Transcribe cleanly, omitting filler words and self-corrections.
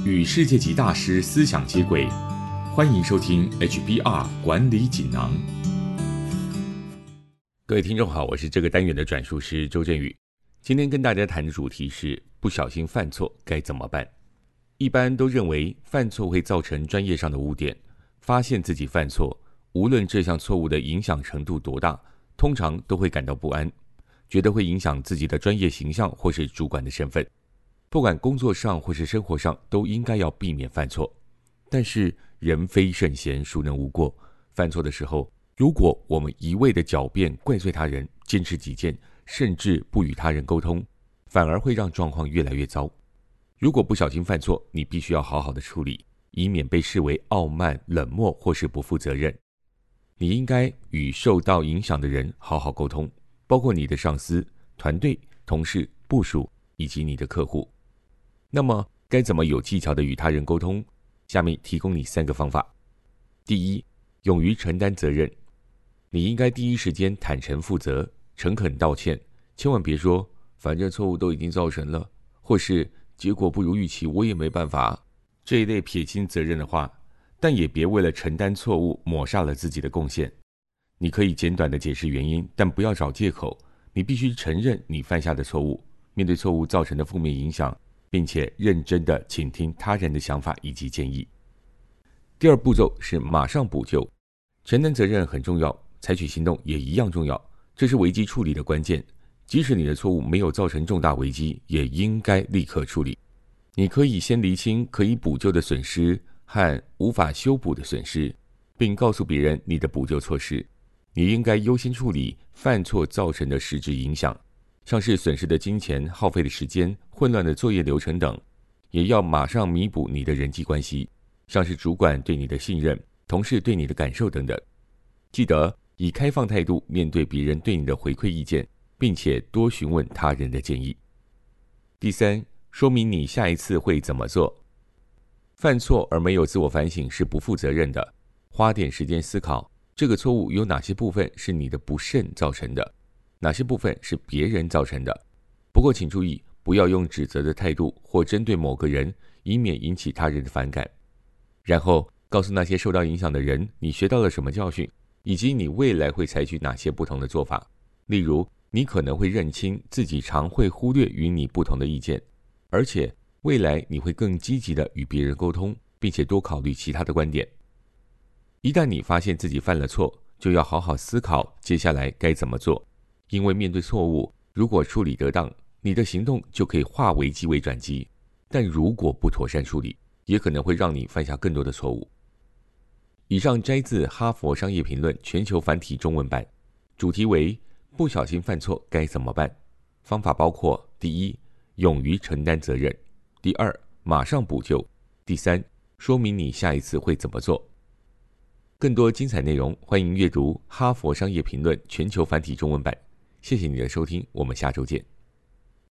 与世界级大师思想接轨，欢迎收听 HBR 管理锦囊。各位听众好，我是这个单元的转述师周振宇。今天跟大家谈的主题是不小心犯错该怎么办。一般都认为犯错会造成专业上的污点，发现自己犯错，无论这项错误的影响程度多大，通常都会感到不安，觉得会影响自己的专业形象或是主管的身份。不管工作上或是生活上，都应该要避免犯错。但是人非圣贤，孰能无过？犯错的时候，如果我们一味的狡辩怪罪他人，坚持己见，甚至不与他人沟通，反而会让状况越来越糟。如果不小心犯错，你必须要好好的处理，以免被视为傲慢、冷漠或是不负责任。你应该与受到影响的人好好沟通，包括你的上司、团队、同事、部属以及你的客户。那么该怎么有技巧的与他人沟通？下面提供你3个方法。第一，勇于承担责任。你应该第一时间坦诚负责，诚恳道歉，千万别说反正错误都已经造成了，或是结果不如预期，我也没办法，这一类撇清责任的话。但也别为了承担错误抹煞了自己的贡献。你可以简短的解释原因，但不要找借口。你必须承认你犯下的错误，面对错误造成的负面影响，并且认真的倾听他人的想法以及建议。第二步骤是马上补救。承担责任很重要，采取行动也一样重要，这是危机处理的关键。即使你的错误没有造成重大危机，也应该立刻处理。你可以先厘清可以补救的损失和无法修补的损失，并告诉别人你的补救措施。你应该优先处理犯错造成的实质影响，像是损失的金钱、耗费的时间、混乱的作业流程等。也要马上弥补你的人际关系，像是主管对你的信任、同事对你的感受等等。记得以开放态度面对别人对你的回馈意见，并且多询问他人的建议。第三，说明你下一次会怎么做。犯错而没有自我反省是不负责任的。花点时间思考，这个错误有哪些部分是你的不慎造成的，哪些部分是别人造成的。不过请注意，不要用指责的态度或针对某个人，以免引起他人的反感。然后告诉那些受到影响的人，你学到了什么教训，以及你未来会采取哪些不同的做法。例如，你可能会认清自己常会忽略与你不同的意见，而且未来你会更积极地与别人沟通，并且多考虑其他的观点。一旦你发现自己犯了错，就要好好思考接下来该怎么做。因为面对错误，如果处理得当，你的行动就可以化危机为转机，但如果不妥善处理，也可能会让你犯下更多的错误。以上摘自哈佛商业评论全球繁体中文版，主题为不小心犯错该怎么办。方法包括：第一，勇于承担责任；第二，马上补救；第三，说明你下一次会怎么做。更多精彩内容，欢迎阅读哈佛商业评论全球繁体中文版。谢谢你的收听，我们下周见。